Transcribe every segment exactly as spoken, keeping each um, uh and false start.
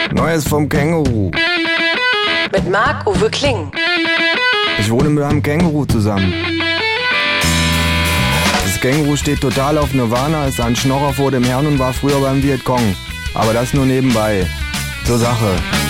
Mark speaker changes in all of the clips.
Speaker 1: Neues vom Känguru.
Speaker 2: Mit Marc-Uwe Kling.
Speaker 1: Ich wohne mit einem Känguru zusammen. Das Känguru steht total auf Nirvana, ist ein Schnorrer vor dem Herrn und war früher beim Vietcong. Aber das nur nebenbei. Zur Sache.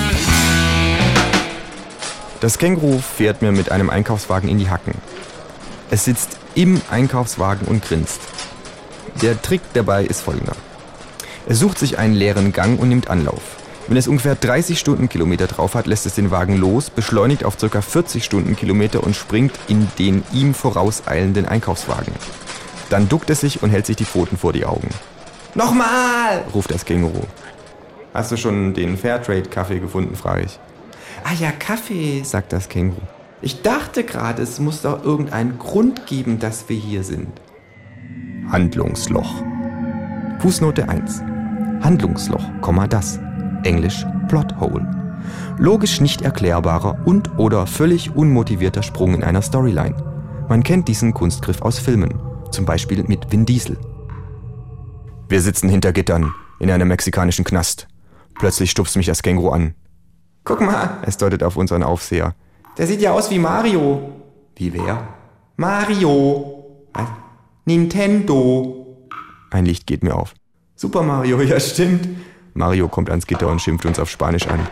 Speaker 1: Das Känguru fährt mir mit einem Einkaufswagen in die Hacken. Es sitzt im Einkaufswagen und grinst. Der Trick dabei ist folgender. Es sucht sich einen leeren Gang und nimmt Anlauf. Wenn es ungefähr dreißig Stundenkilometer drauf hat, lässt es den Wagen los, beschleunigt auf ca. vierzig Stundenkilometer und springt in den ihm vorauseilenden Einkaufswagen. Dann duckt es sich und hält sich die Pfoten vor die Augen. Nochmal! Ruft das Känguru. Hast du schon den Fairtrade-Kaffee gefunden, frage ich. Ah ja, Kaffee, sagt das Känguru. Ich dachte gerade, es muss doch irgendeinen Grund geben, dass wir hier sind. Handlungsloch. Fußnote eins. Handlungsloch, das. Englisch Plothole. Logisch nicht erklärbarer und oder völlig unmotivierter Sprung in einer Storyline. Man kennt diesen Kunstgriff aus Filmen, zum Beispiel mit Vin Diesel. Wir sitzen hinter Gittern in einem mexikanischen Knast. Plötzlich stupst mich das Känguru an. Guck mal, es deutet auf unseren Aufseher. Der sieht ja aus wie Mario. Wie wer? Mario. Was? Nintendo. Ein Licht geht mir auf. Super Mario, ja stimmt. Mario kommt ans Gitter und schimpft uns auf Spanisch an.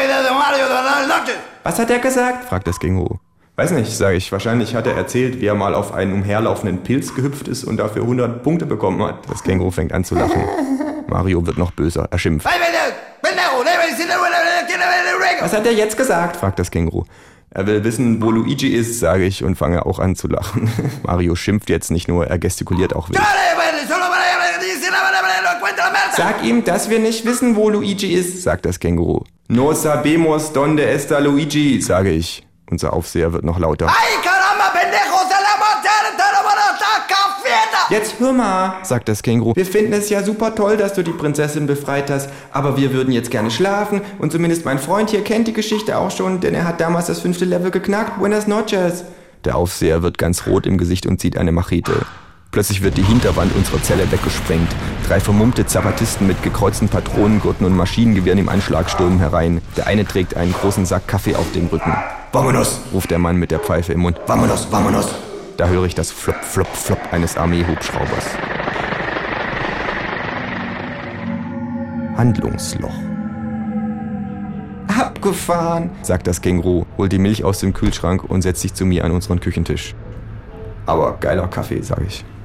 Speaker 1: Was hat er gesagt? Fragt das Känguru. Weiß nicht, sage ich. Wahrscheinlich hat er erzählt, wie er mal auf einen umherlaufenden Pilz gehüpft ist und dafür hundert Punkte bekommen hat. Das Känguru fängt an zu lachen. Mario wird noch böser. Er schimpft. Was hat er jetzt gesagt? Fragt das Känguru. Er will wissen, wo Luigi ist, sage ich und fange auch an zu lachen. Mario schimpft jetzt nicht nur, er gestikuliert auch wild. Sag ihm, dass wir nicht wissen, wo Luigi ist, sagt das Känguru. No sabemos donde está Luigi, sage ich. Unser Aufseher wird noch lauter. Jetzt hör mal, sagt das Känguru. Wir finden es ja super toll, dass du die Prinzessin befreit hast, aber wir würden jetzt gerne schlafen und zumindest mein Freund hier kennt die Geschichte auch schon, denn er hat damals das fünfte Level geknackt. Buenas noches. Der Aufseher wird ganz rot im Gesicht und zieht eine Machete. Plötzlich wird die Hinterwand unserer Zelle weggesprengt. Drei vermummte Zapatisten mit gekreuzten Patronengurten und Maschinengewehren im Anschlag stürmen herein. Der eine trägt einen großen Sack Kaffee auf dem Rücken. Vamonos, ruft der Mann mit der Pfeife im Mund. Vamonos, vamonos. Da höre ich das Flop, Flop, Flop eines Armeehubschraubers. Handlungsloch. Abgefahren, sagt das Känguru, holt die Milch aus dem Kühlschrank und setzt sich zu mir an unseren Küchentisch. Aber geiler Kaffee, sage ich.